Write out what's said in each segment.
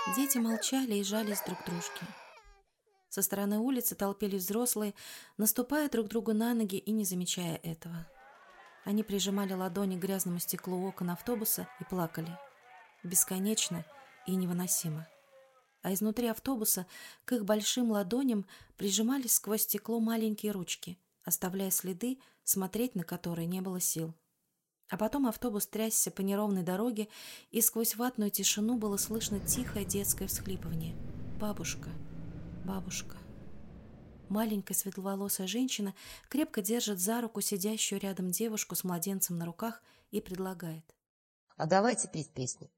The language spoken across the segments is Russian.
Дети молчали и жались друг к дружке. Со стороны улицы толпились взрослые, наступая друг другу на ноги и не замечая этого. Они прижимали ладони к грязному стеклу окон автобуса и плакали. Бесконечно и невыносимо. А изнутри автобуса к их большим ладоням прижимались сквозь стекло маленькие ручки, оставляя следы, смотреть на которые не было сил. А потом автобус трясся по неровной дороге, и сквозь ватную тишину было слышно тихое детское всхлипывание. «Бабушка, бабушка». Маленькая светловолосая женщина крепко держит за руку сидящую рядом девушку с младенцем на руках и предлагает: А давайте петь песню.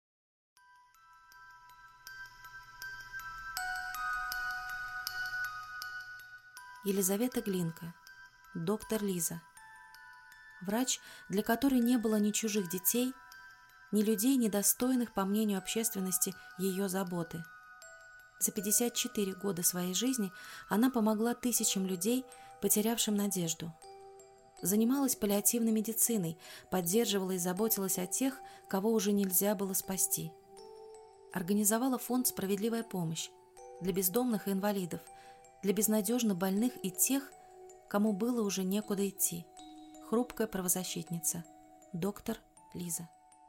Елизавета Глинка, доктор Лиза. Врач, для которой не было ни чужих детей, ни людей, недостойных, по мнению общественности, ее заботы. За 54 года своей жизни она помогла тысячам людей, потерявшим надежду. Занималась паллиативной медициной, поддерживала и заботилась о тех, кого уже нельзя было спасти. Организовала фонд «Справедливая помощь» для бездомных и инвалидов, для безнадежно больных и тех, кому было уже некуда идти. Хрупкая правозащитница, доктор Лиза.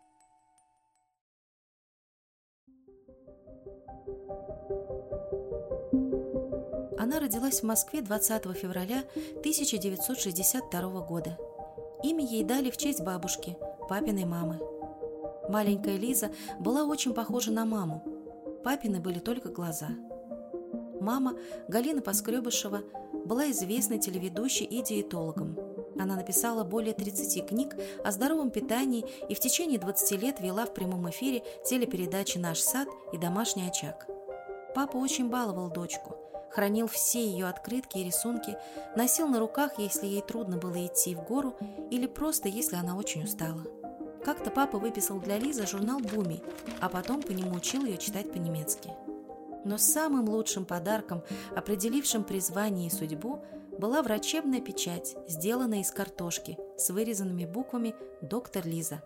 Она родилась в Москве 20 февраля 1962 года. Имя ей дали в честь бабушки, папиной мамы. Маленькая Лиза была очень похожа на маму. Папины были только глаза. Мама, Галина Поскребышева, была известной телеведущей и диетологом. Она написала более 30 книг о здоровом питании и в течение 20 лет вела в прямом эфире телепередачи «Наш сад» и «Домашний очаг». Папа очень баловал дочку, хранил все ее открытки и рисунки, носил на руках, если ей трудно было идти в гору или просто, если она очень устала. Как-то папа выписал для Лизы журнал «Буми», а потом по нему учил ее читать по-немецки. Но самым лучшим подарком, определившим призвание и судьбу, была врачебная печать, сделанная из картошки, с вырезанными буквами «Доктор Лиза».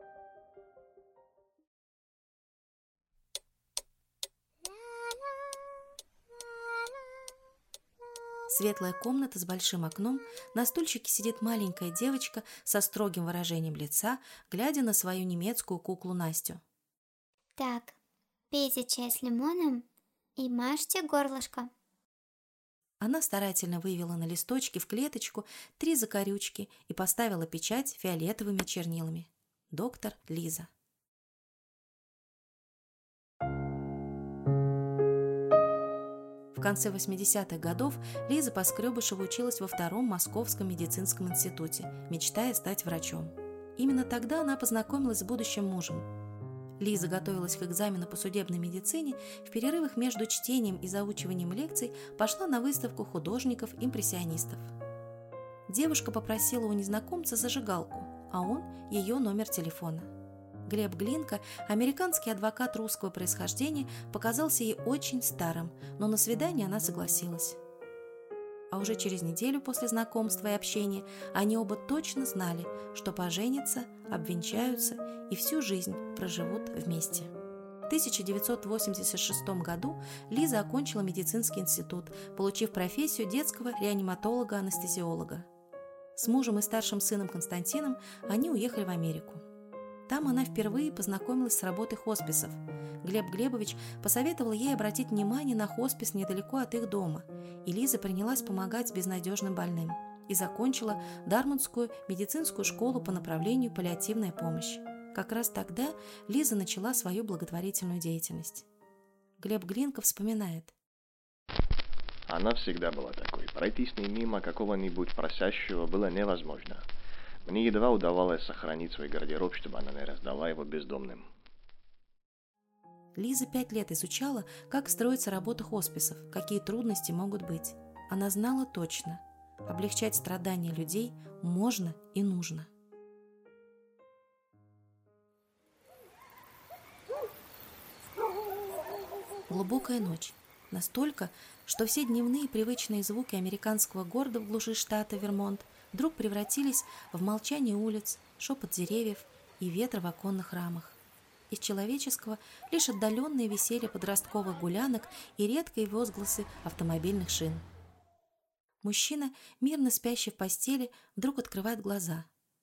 Светлая комната с большим окном, на стульчике сидит маленькая девочка со строгим выражением лица, глядя на свою немецкую куклу Настю. Так, пейте чай с лимоном и мажьте горлышко. Она старательно вывела на листочке в клеточку 3 закорючки и поставила печать фиолетовыми чернилами. Доктор Лиза. В конце 80-х годов Лиза Поскребышева училась во втором Московском медицинском институте, мечтая стать врачом. Именно тогда она познакомилась с будущим мужем. Лиза готовилась к экзамену по судебной медицине, в перерывах между чтением и заучиванием лекций пошла на выставку художников-импрессионистов. Девушка попросила у незнакомца зажигалку, а он – ее номер телефона. Глеб Глинка, американский адвокат русского происхождения, показался ей очень старым, но на свидание она согласилась. А уже через неделю после знакомства и общения они оба точно знали, что поженятся, обвенчаются и всю жизнь проживут вместе. В 1986 году Лиза окончила медицинский институт, получив профессию детского реаниматолога-анестезиолога. С мужем и старшим сыном Константином они уехали в Америку. Там она впервые познакомилась с работой хосписов. Глеб Глебович посоветовал ей обратить внимание на хоспис недалеко от их дома, и Лиза принялась помогать безнадежным больным и закончила Дартмутскую медицинскую школу по направлению паллиативная помощь. Как раз тогда Лиза начала свою благотворительную деятельность. Глеб Глинка вспоминает. Она всегда была такой. Пройти с ней мимо какого-нибудь просящего было невозможно. Мне едва удавалось сохранить свой гардероб, чтобы она не раздала его бездомным. Лиза 5 лет изучала, как строится работа хосписов, какие трудности могут быть. Она знала точно, облегчать страдания людей можно и нужно. Глубокая ночь. Настолько, что все дневные привычные звуки американского города в глуши штата Вермонт вдруг превратились в молчание улиц, шепот деревьев и ветра в оконных рамах. Из человеческого лишь отдаленное веселье подростковых гулянок и редкие возгласы автомобильных шин. Мужчина, мирно спящий в постели, вдруг открывает глаза.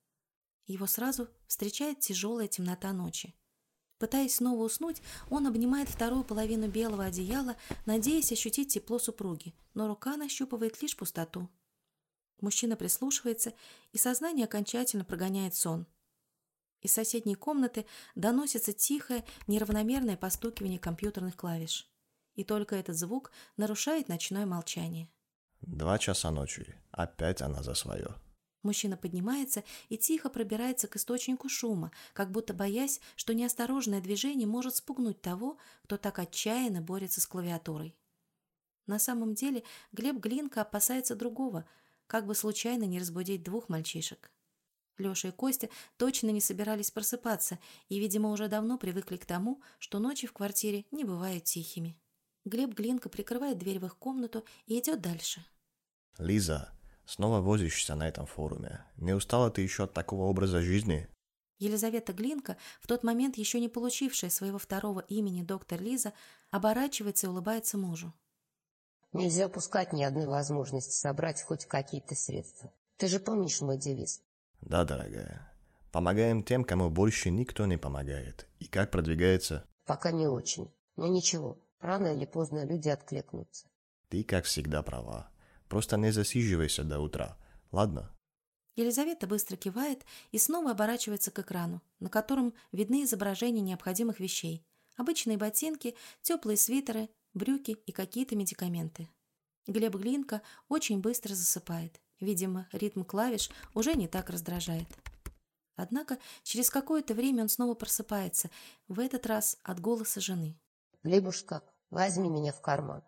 Его сразу встречает тяжелая темнота ночи. Пытаясь снова уснуть, он обнимает вторую половину белого одеяла, надеясь ощутить тепло супруги, но рука нащупывает лишь пустоту. Мужчина прислушивается, и сознание окончательно прогоняет сон. Из соседней комнаты доносится тихое, неравномерное постукивание компьютерных клавиш. И только этот звук нарушает ночное молчание. 2 часа ночи. Опять она за свое. Мужчина поднимается и тихо пробирается к источнику шума, как будто боясь, что неосторожное движение может спугнуть того, кто так отчаянно борется с клавиатурой. На самом деле Глеб Глинка опасается другого, как бы случайно не разбудить 2 мальчишек. Леша и Костя точно не собирались просыпаться и, видимо, уже давно привыкли к тому, что ночи в квартире не бывают тихими. Глеб Глинка прикрывает дверь в их комнату и идет дальше. Лиза, снова возишься на этом форуме. Не устала ты еще от такого образа жизни? Елизавета Глинка, в тот момент еще не получившая своего второго имени доктор Лиза, оборачивается и улыбается мужу. Нельзя упускать ни одной возможности собрать хоть какие-то средства. Ты же помнишь мой девиз? Да, дорогая. Помогаем тем, кому больше никто не помогает. И как продвигается? Пока не очень. Но ничего, рано или поздно люди откликнутся. Ты, как всегда, права. Просто не засиживайся до утра. Ладно? Елизавета быстро кивает и снова оборачивается к экрану, на котором видны изображения необходимых вещей. Обычные ботинки, теплые свитеры, брюки и какие-то медикаменты. Глеб Глинка очень быстро засыпает. Видимо, ритм клавиш уже не так раздражает. Однако через какое-то время он снова просыпается, в этот раз от голоса жены. Глебушка, возьми меня в карман.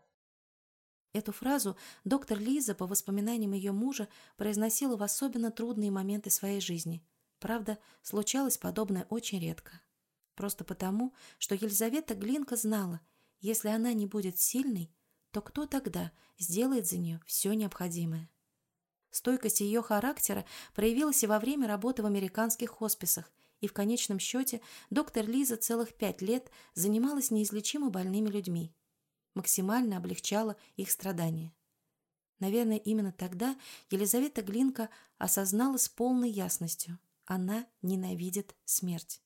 Эту фразу доктор Лиза, по воспоминаниям ее мужа, произносила в особенно трудные моменты своей жизни. Правда, случалось подобное очень редко. Просто потому, что Елизавета Глинка знала, если она не будет сильной, то кто тогда сделает за нее все необходимое? Стойкость ее характера проявилась и во время работы в американских хосписах, и в конечном счете доктор Лиза целых 5 лет занималась неизлечимо больными людьми, максимально облегчала их страдания. Наверное, именно тогда Елизавета Глинка осознала с полной ясностью – она ненавидит смерть.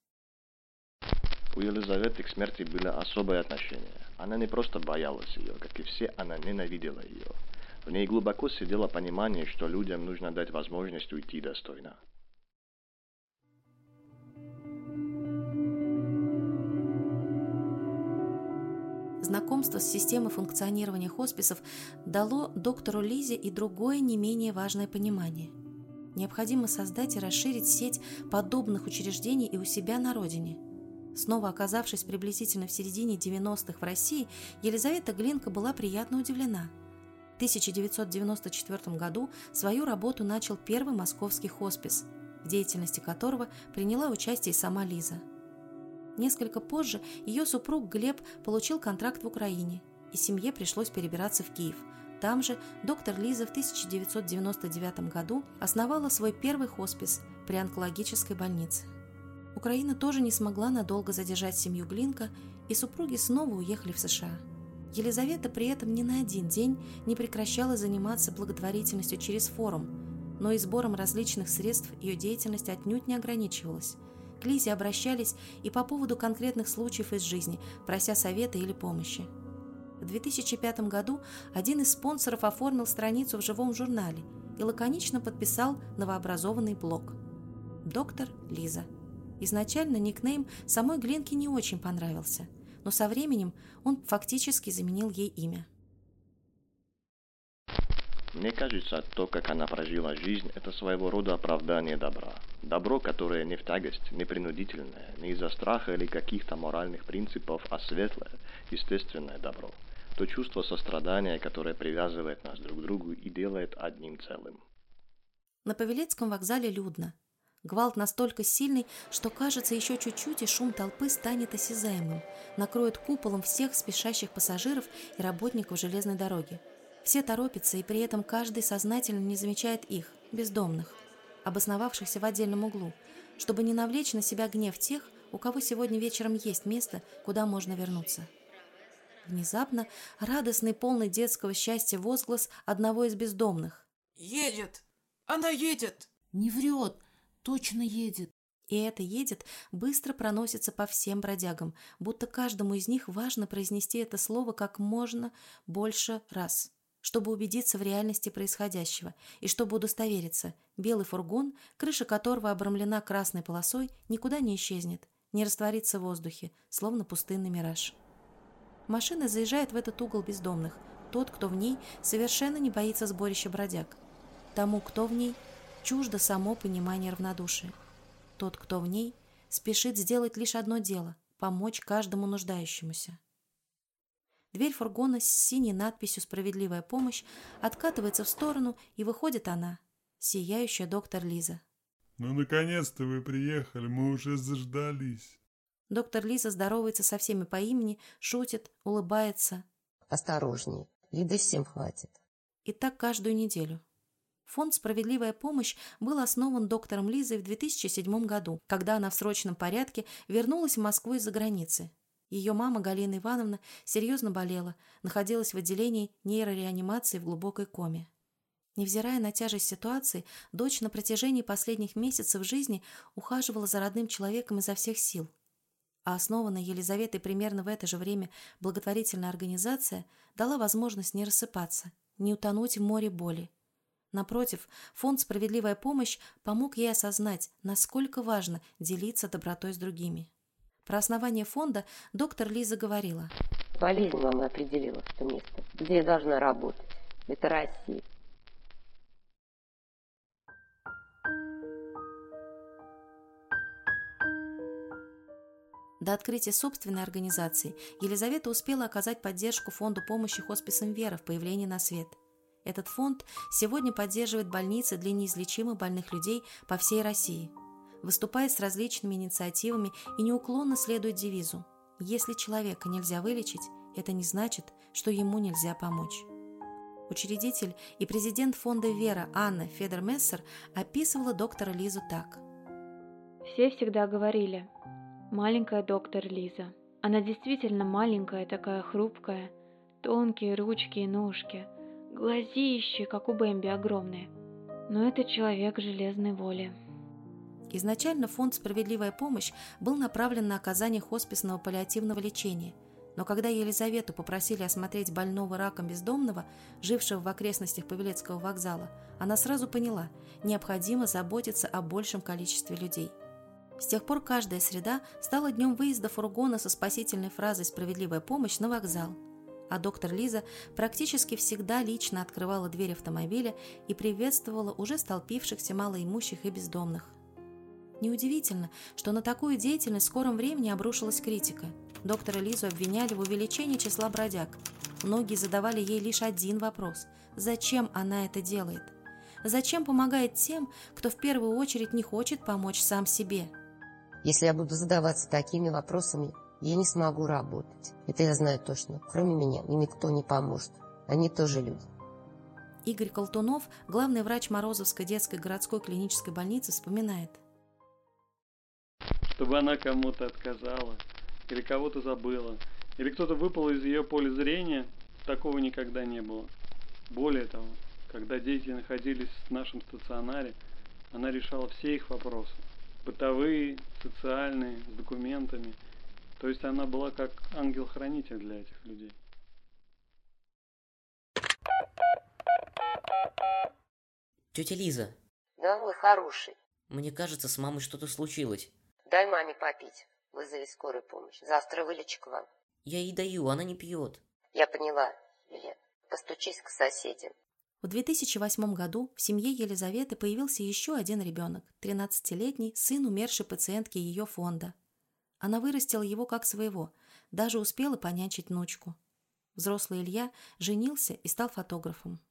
У Елизаветы к смерти было особое отношение. Она не просто боялась ее, как и все, она ненавидела ее. В ней глубоко сидело понимание, что людям нужно дать возможность уйти достойно. Знакомство с системой функционирования хосписов дало доктору Лизе и другое не менее важное понимание. Необходимо создать и расширить сеть подобных учреждений и у себя на родине. Снова оказавшись приблизительно в середине 90-х в России, Елизавета Глинка была приятно удивлена. В 1994 году свою работу начал первый московский хоспис, в деятельности которого приняла участие и сама Лиза. Несколько позже ее супруг Глеб получил контракт в Украине, и семье пришлось перебираться в Киев. Там же доктор Лиза в 1999 году основала свой первый хоспис при онкологической больнице. Украина тоже не смогла надолго задержать семью Глинка, и супруги снова уехали в США. Елизавета при этом ни на один день не прекращала заниматься благотворительностью через форум, но и сбором различных средств ее деятельность отнюдь не ограничивалась. К Лизе обращались и по поводу конкретных случаев из жизни, прося совета или помощи. В 2005 году один из спонсоров оформил страницу в живом журнале и лаконично подписал новообразованный блог «Доктор Лиза». Изначально никнейм самой Глинке не очень понравился, но со временем он фактически заменил ей имя. Мне кажется, то, как она прожила жизнь, это своего рода оправдание добра. Добро, которое не в тягость, не принудительное, не из-за страха или каких-то моральных принципов, а светлое, естественное добро. То чувство сострадания, которое привязывает нас друг к другу и делает одним целым. На Павелецком вокзале людно. Гвалт настолько сильный, что кажется, еще чуть-чуть, и шум толпы станет осязаемым, накроет куполом всех спешащих пассажиров и работников железной дороги. Все торопятся, и при этом каждый сознательно не замечает их, бездомных, обосновавшихся в отдельном углу, чтобы не навлечь на себя гнев тех, у кого сегодня вечером есть место, куда можно вернуться. Внезапно радостный, полный детского счастья возглас одного из бездомных. «Едет! Она едет!» «Не врет! Точно едет!» И это «едет» быстро проносится по всем бродягам, будто каждому из них важно произнести это слово как можно больше раз, чтобы убедиться в реальности происходящего и чтобы удостовериться, белый фургон, крыша которого обрамлена красной полосой, никуда не исчезнет, не растворится в воздухе, словно пустынный мираж. Машина заезжает в этот угол бездомных. Тот, кто в ней, совершенно не боится сборища бродяг. Тому, кто в ней, чуждо само понимание равнодушия. Тот, кто в ней, спешит сделать лишь одно дело – помочь каждому нуждающемуся. Дверь фургона с синей надписью «Справедливая помощь» откатывается в сторону, и выходит она, сияющая доктор Лиза. «Ну, наконец-то вы приехали, мы уже заждались». Доктор Лиза здоровается со всеми по имени, шутит, улыбается. Осторожнее, еды всем хватит. И так каждую неделю. Фонд «Справедливая помощь» был основан доктором Лизой в 2007 году, когда она в срочном порядке вернулась в Москву из-за границы. Ее мама Галина Ивановна серьезно болела, находилась в отделении нейрореанимации в глубокой коме. Невзирая на тяжесть ситуации, дочь на протяжении последних месяцев жизни ухаживала за родным человеком изо всех сил. А основанная Елизаветой примерно в это же время благотворительная организация дала возможность не рассыпаться, не утонуть в море боли. Напротив, фонд «Справедливая помощь» помог ей осознать, насколько важно делиться добротой с другими. Про основание фонда доктор Лиза говорила. Болезнь вам определила в то место, где я должна работать. Это Россия. До открытия собственной организации Елизавета успела оказать поддержку фонду помощи хосписам «Вера» в появлении на свет. Этот фонд сегодня поддерживает больницы для неизлечимо больных людей по всей России, выступает с различными инициативами и неуклонно следует девизу: «Если человека нельзя вылечить, это не значит, что ему нельзя помочь». Учредитель и президент фонда «Вера» Анна Федермессер описывала доктора Лизу так. Все всегда говорили: маленькая доктор Лиза. Она действительно маленькая, такая хрупкая, тонкие ручки и ножки, глазищи, как у Бэмби, огромные. Но это человек железной воли. Изначально фонд «Справедливая помощь» был направлен на оказание хосписного паллиативного лечения, но когда Елизавету попросили осмотреть больного раком бездомного, жившего в окрестностях Павелецкого вокзала, она сразу поняла – необходимо заботиться о большем количестве людей. С тех пор каждая среда стала днем выезда фургона со спасительной фразой «Справедливая помощь» на вокзал. А доктор Лиза практически всегда лично открывала дверь автомобиля и приветствовала уже столпившихся малоимущих и бездомных. Неудивительно, что на такую деятельность в скором времени обрушилась критика. Доктора Лизу обвиняли в увеличении числа бродяг. Многие задавали ей лишь один вопрос – зачем она это делает? Зачем помогает тем, кто в первую очередь не хочет помочь сам себе? Если я буду задаваться такими вопросами, я не смогу работать. Это я знаю точно. Кроме меня мне никто не поможет. Они тоже люди. Игорь Колтунов, главный врач Морозовской детской городской клинической больницы, вспоминает. Чтобы она кому-то отказала, или кого-то забыла, или кто-то выпал из ее поля зрения, такого никогда не было. Более того, когда дети находились в нашем стационаре, она решала все их вопросы. Бытовые, социальные, с документами. То есть она была как ангел-хранитель для этих людей. Тетя Лиза. Да, мой хороший. Мне кажется, с мамой что-то случилось. Дай маме попить. Вызови скорую помощь. Завтра вылечу к вам. Я ей даю, она не пьет. Я поняла, Елена. Постучись к соседям. В 2008 году в семье Елизаветы появился еще один ребенок, 13-летний сын умершей пациентки ее фонда. Она вырастила его как своего, даже успела понянчить внучку. Взрослый Илья женился и стал фотографом.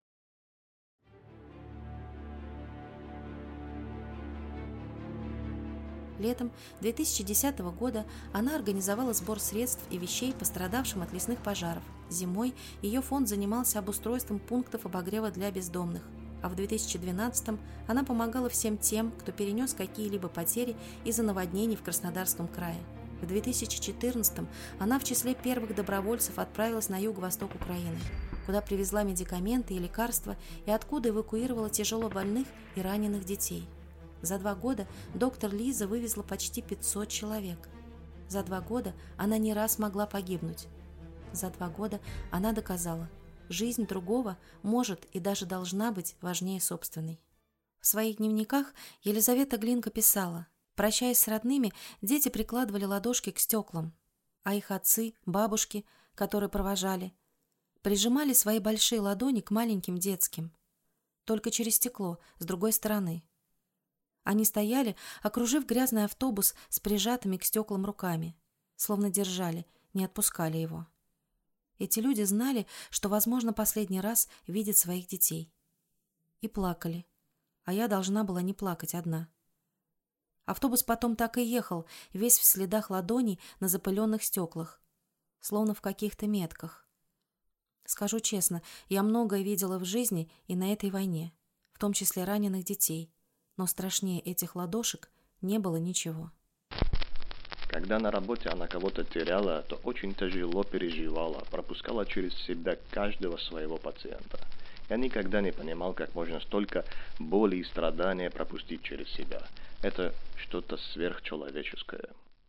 Летом 2010 года она организовала сбор средств и вещей пострадавшим от лесных пожаров. Зимой ее фонд занимался обустройством пунктов обогрева для бездомных, а в 2012 она помогала всем тем, кто перенес какие-либо потери из-за наводнений в Краснодарском крае. В 2014 она в числе первых добровольцев отправилась на юго-восток Украины, куда привезла медикаменты и лекарства и откуда эвакуировала тяжело больных и раненых детей. За 2 года доктор Лиза вывезла почти 500 человек. За 2 года она не раз могла погибнуть. За 2 года она доказала, жизнь другого может и даже должна быть важнее собственной. В своих дневниках Елизавета Глинка писала: прощаясь с родными, дети прикладывали ладошки к стеклам, а их отцы, бабушки, которые провожали, прижимали свои большие ладони к маленьким детским, только через стекло, с другой стороны. Они стояли, окружив грязный автобус с прижатыми к стеклам руками, словно держали, не отпускали его. Эти люди знали, что, возможно, последний раз видят своих детей. И плакали, а я должна была не плакать одна. Автобус потом так и ехал, весь в следах ладоней на запыленных стеклах, словно в каких-то метках. Скажу честно, я многое видела в жизни и на этой войне, в том числе раненых детей, но страшнее этих ладошек не было ничего. Когда на работе она кого-то теряла, то очень тяжело переживала, пропускала через себя каждого своего пациента. Я никогда не понимал, как можно столько боли и страдания пропустить через себя. Это что-то сверхчеловеческое.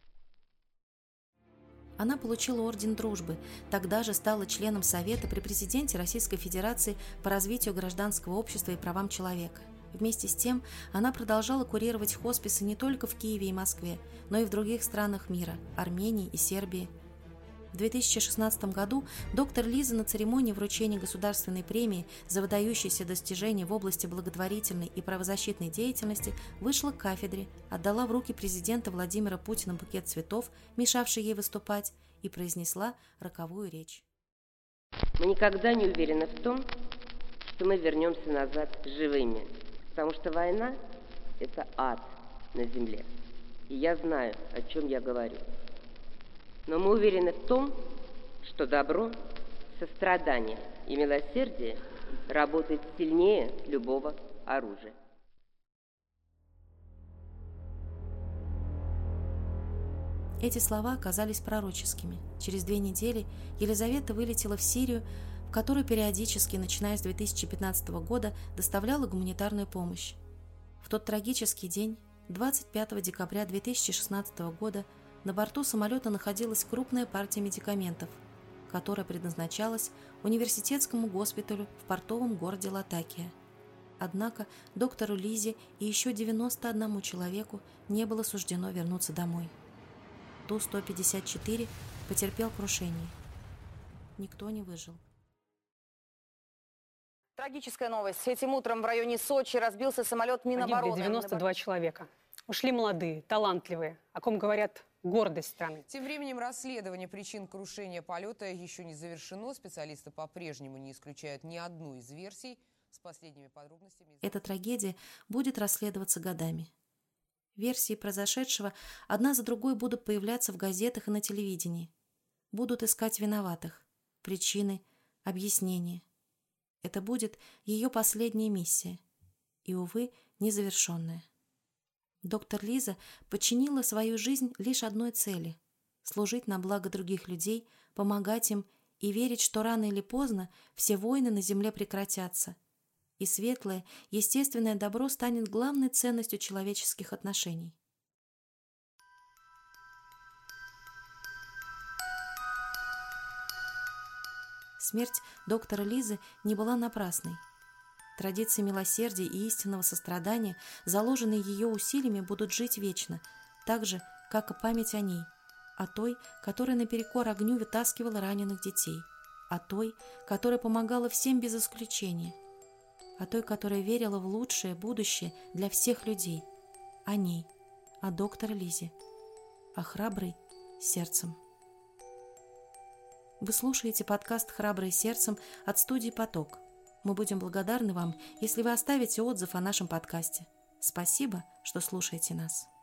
Она получила орден Дружбы, тогда же стала членом Совета при президенте Российской Федерации по развитию гражданского общества и правам человека. Вместе с тем, она продолжала курировать хосписы не только в Киеве и Москве, но и в других странах мира – Армении и Сербии. В 2016 году доктор Лиза на церемонии вручения государственной премии за выдающиеся достижения в области благотворительной и правозащитной деятельности вышла к кафедре, отдала в руки президента Владимира Путина букет цветов, мешавший ей выступать, и произнесла роковую речь. Мы никогда не уверены в том, что мы вернемся назад живыми. Потому что война – это ад на земле. И я знаю, о чем я говорю. Но мы уверены в том, что добро, сострадание и милосердие работают сильнее любого оружия. Эти слова оказались пророческими. Через 2 недели Елизавета вылетела в Сирию, в которую периодически, начиная с 2015 года, доставляла гуманитарную помощь. В тот трагический день, 25 декабря 2016 года, на борту самолета находилась крупная партия медикаментов, которая предназначалась университетскому госпиталю в портовом городе Латакия. Однако доктору Лизе и еще 91 человеку не было суждено вернуться домой. Ту-154 потерпел крушение. Никто не выжил. Трагическая новость. Этим утром в районе Сочи разбился самолет Минобороны. Погибли 92 человека. Ушли молодые, талантливые, о ком говорят гордость страны. Тем временем расследование причин крушения полета еще не завершено. Специалисты по-прежнему не исключают ни одну из версий. С последними подробностями. Эта трагедия будет расследоваться годами. Версии произошедшего одна за другой будут появляться в газетах и на телевидении. Будут искать виноватых, причины, объяснения. Это будет ее последняя миссия. И, увы, незавершенная. Доктор Лиза подчинила свою жизнь лишь одной цели – служить на благо других людей, помогать им и верить, что рано или поздно все войны на земле прекратятся, и светлое, естественное добро станет главной ценностью человеческих отношений. Смерть доктора Лизы не была напрасной. Традиции милосердия и истинного сострадания, заложенные ее усилиями, будут жить вечно, так же, как и память о ней, о той, которая наперекор огню вытаскивала раненых детей, о той, которая помогала всем без исключения, о той, которая верила в лучшее будущее для всех людей, о ней, о докторе Лизе, о храброй сердцем. Вы слушаете подкаст «Храбрый сердцем» от студии «Поток». Мы будем благодарны вам, если вы оставите отзыв о нашем подкасте. Спасибо, что слушаете нас.